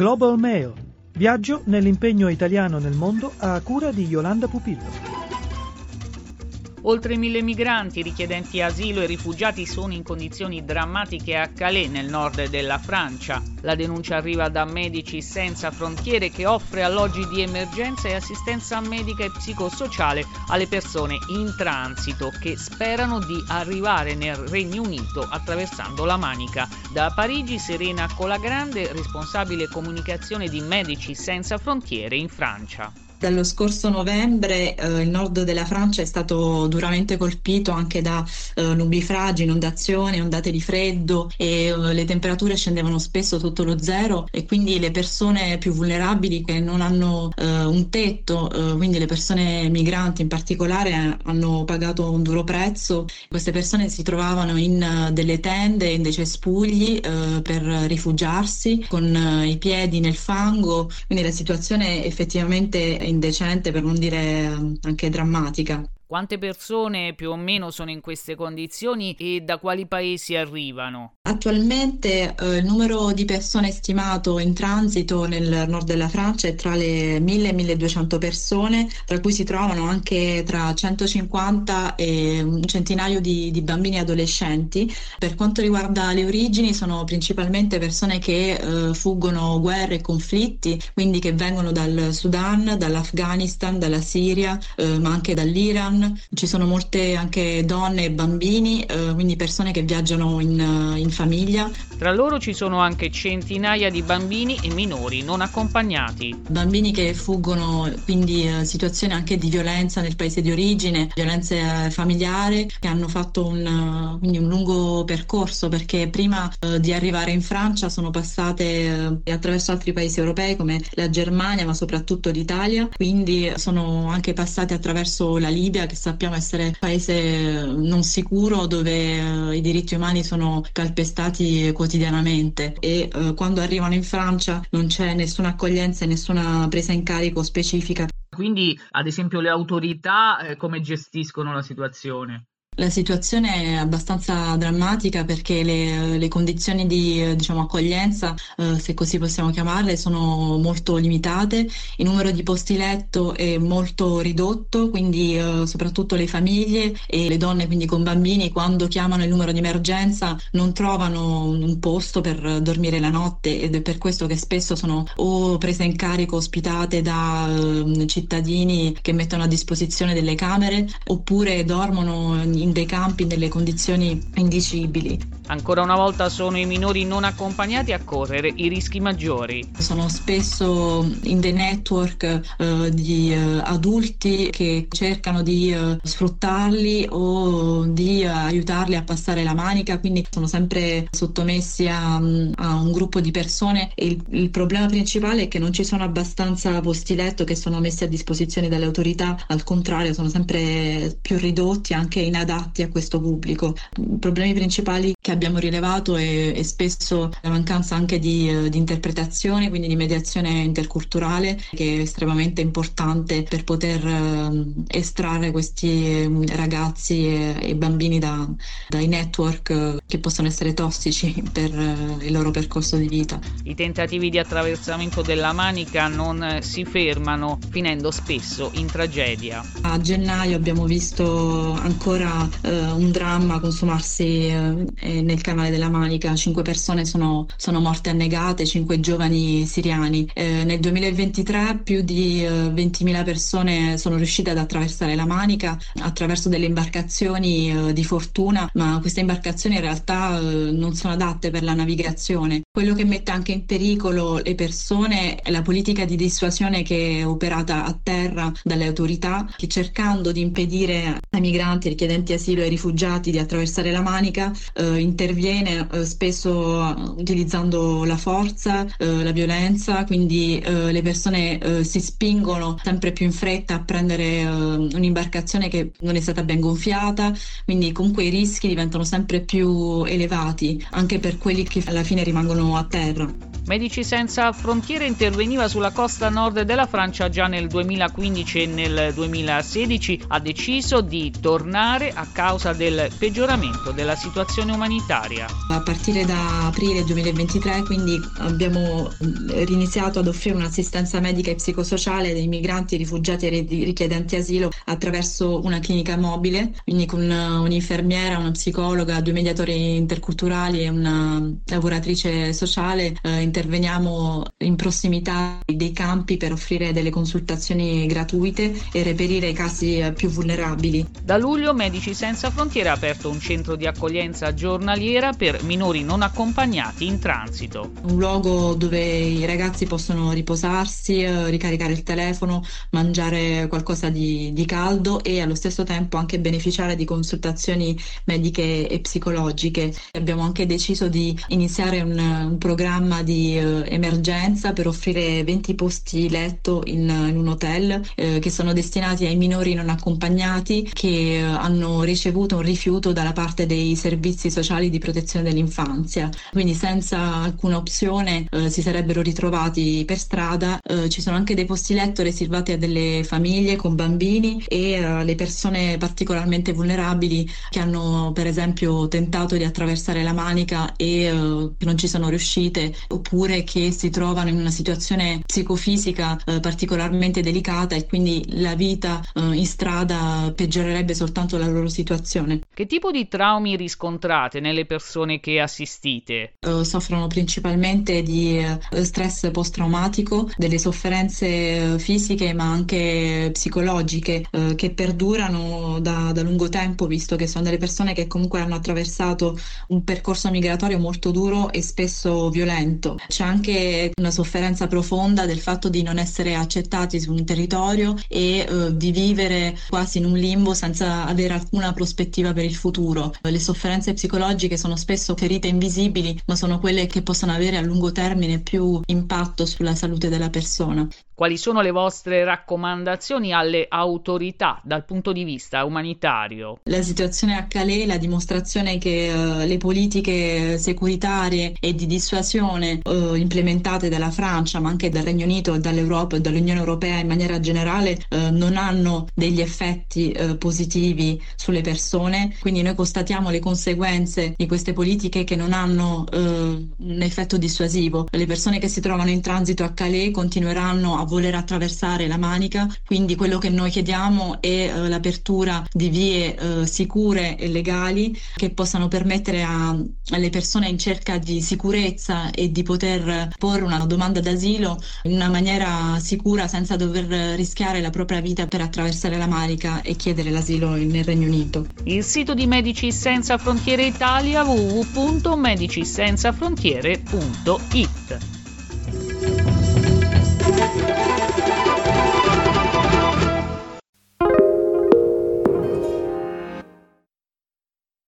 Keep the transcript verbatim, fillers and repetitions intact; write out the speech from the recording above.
Global Mail. Viaggio nell'impegno italiano nel mondo a cura di Yolanda Pupillo. Oltre mille migranti, richiedenti asilo e rifugiati sono in condizioni drammatiche a Calais, nel nord della Francia. La denuncia arriva da Medici Senza Frontiere, che offre alloggi di emergenza e assistenza medica e psicosociale alle persone in transito che sperano di arrivare nel Regno Unito attraversando la Manica. Da Parigi, Serena Colagrande, responsabile comunicazione di Medici Senza Frontiere in Francia. Dallo scorso novembre eh, il nord della Francia è stato duramente colpito anche da eh, nubifragi, inondazioni, ondate di freddo e eh, le temperature scendevano spesso sotto lo zero, e quindi le persone più vulnerabili che non hanno eh, un tetto, eh, quindi le persone migranti in particolare, hanno pagato un duro prezzo. Queste persone si trovavano in uh, delle tende, in dei cespugli eh, per rifugiarsi, con uh, i piedi nel fango, quindi la situazione effettivamente è indecente, per non dire anche drammatica. Quante persone più o meno sono in queste condizioni e da quali paesi arrivano? Attualmente eh, il numero di persone stimato in transito nel nord della Francia è tra le mille e milleduecento persone, tra cui si trovano anche tra centocinquanta e un centinaio di, di bambini e adolescenti. Per quanto riguarda le origini, sono principalmente persone che eh, fuggono guerre e conflitti, quindi che vengono dal Sudan, dall'Afghanistan, dalla Siria, eh, ma anche dall'Iran. Ci sono molte anche donne e bambini, eh, quindi persone che viaggiano in, in famiglia. Tra loro ci sono anche centinaia di bambini e minori non accompagnati. Bambini che fuggono quindi eh, situazioni anche di violenza nel paese di origine, violenze eh, familiari, che hanno fatto un, uh, quindi un lungo percorso, perché prima uh, di arrivare in Francia sono passate uh, attraverso altri paesi europei come la Germania, ma soprattutto l'Italia, quindi sono anche passate attraverso la Libia, che sappiamo essere un paese non sicuro, dove uh, i diritti umani sono calpestati quotidianamente, e uh, quando arrivano in Francia non c'è nessuna accoglienza e nessuna presa in carico specifica. Quindi, ad esempio, le autorità eh, come gestiscono la situazione? La situazione è abbastanza drammatica, perché le, le condizioni di diciamo, accoglienza, eh, se così possiamo chiamarle, sono molto limitate. Il numero di posti letto è molto ridotto, quindi eh, soprattutto le famiglie e le donne, quindi con bambini, quando chiamano il numero di emergenza non trovano un posto per dormire la notte, ed è per questo che spesso sono o prese in carico, ospitate da eh, cittadini che mettono a disposizione delle camere, oppure dormono in in dei campi, nelle condizioni indicibili. Ancora una volta sono i minori non accompagnati a correre i rischi maggiori. Sono spesso in dei network eh, di eh, adulti che cercano di eh, sfruttarli o di eh, aiutarli a passare la Manica, quindi sono sempre sottomessi a, a un gruppo di persone, e il, il problema principale è che non ci sono abbastanza posti letto che sono messi a disposizione dalle autorità, al contrario sono sempre più ridotti, anche inadatti a questo pubblico. I problemi principali che abbiamo rilevato è, è spesso la mancanza anche di, di interpretazione, quindi di mediazione interculturale, che è estremamente importante per poter eh, estrarre questi ragazzi e, e bambini da, dai network eh, che possono essere tossici per eh, il loro percorso di vita. I tentativi di attraversamento della Manica non si fermano, finendo spesso in tragedia. A gennaio abbiamo visto ancora eh, un dramma consumarsi eh, nel canale della Manica. Cinque persone sono, sono morte annegate, cinque giovani siriani. Eh, nel duemilaventitré più di eh, ventimila persone sono riuscite ad attraversare la Manica attraverso delle imbarcazioni eh, di fortuna, ma queste imbarcazioni in realtà eh, non sono adatte per la navigazione. Quello che mette anche in pericolo le persone è la politica di dissuasione che è operata a terra dalle autorità, che cercando di impedire ai migranti, richiedenti asilo e rifugiati di attraversare la Manica, eh, interviene eh, spesso utilizzando la forza, eh, la violenza, quindi eh, le persone eh, si spingono sempre più in fretta a prendere eh, un'imbarcazione che non è stata ben gonfiata, quindi comunque i rischi diventano sempre più elevati anche per quelli che alla fine rimangono a terra. Medici Senza Frontiere interveniva sulla costa nord della Francia già nel duemilaquindici e nel duemilasedici, ha deciso di tornare a a causa del peggioramento della situazione umanitaria. A partire da aprile duemilaventitré quindi abbiamo riniziato ad offrire un'assistenza medica e psicosociale dei migranti, rifugiati e richiedenti asilo attraverso una clinica mobile, quindi con un'infermiera, una psicologa, due mediatori interculturali e una lavoratrice sociale. Eh, interveniamo in prossimità dei campi per offrire delle consultazioni gratuite e reperire i casi più vulnerabili. Da luglio Medici Senza Frontiere ha aperto un centro di accoglienza giornaliera per minori non accompagnati in transito. Un luogo dove i ragazzi possono riposarsi, eh, ricaricare il telefono, mangiare qualcosa di, di caldo e allo stesso tempo anche beneficiare di consultazioni mediche e psicologiche. Abbiamo anche deciso di iniziare un, un programma di eh, emergenza per offrire venti posti letto in, in un hotel eh, che sono destinati ai minori non accompagnati che eh, hanno ricevuto un rifiuto dalla parte dei servizi sociali di protezione dell'infanzia. Quindi senza alcuna opzione eh, si sarebbero ritrovati per strada. Eh, ci sono anche dei posti letto riservati a delle famiglie con bambini e alle eh, persone particolarmente vulnerabili che hanno per esempio tentato di attraversare la Manica e eh, non ci sono riuscite, oppure che si trovano in una situazione psicofisica eh, particolarmente delicata e quindi la vita eh, in strada peggiorerebbe soltanto la loro situazione. Che tipo di traumi riscontrate nelle persone che assistite? Uh, soffrono principalmente di uh, stress post-traumatico, delle sofferenze uh, fisiche ma anche psicologiche uh, che perdurano da, da lungo tempo, visto che sono delle persone che comunque hanno attraversato un percorso migratorio molto duro e spesso violento. C'è anche una sofferenza profonda del fatto di non essere accettati su un territorio e uh, di vivere quasi in un limbo senza avere alcuna prospettiva per il futuro. Le sofferenze psicologiche sono spesso ferite invisibili, ma sono quelle che possono avere a lungo termine più impatto sulla salute della persona. Quali sono le vostre raccomandazioni alle autorità dal punto di vista umanitario? La situazione a Calais è la dimostrazione che uh, le politiche securitarie e di dissuasione uh, implementate dalla Francia, ma anche dal Regno Unito, dall'Europa e dall'Unione Europea in maniera generale uh, non hanno degli effetti uh, positivi sulle persone. Quindi noi constatiamo le conseguenze di queste politiche che non hanno uh, un effetto dissuasivo. Le persone che si trovano in transito a Calais continueranno a a voler attraversare la Manica, quindi quello che noi chiediamo è uh, l'apertura di vie uh, sicure e legali che possano permettere a, alle persone in cerca di sicurezza e di poter porre una domanda d'asilo in una maniera sicura senza dover rischiare la propria vita per attraversare la Manica e chiedere l'asilo nel Regno Unito. Il sito di Medici Senza Frontiere Italia w w w punto medici senza frontiere punto i t.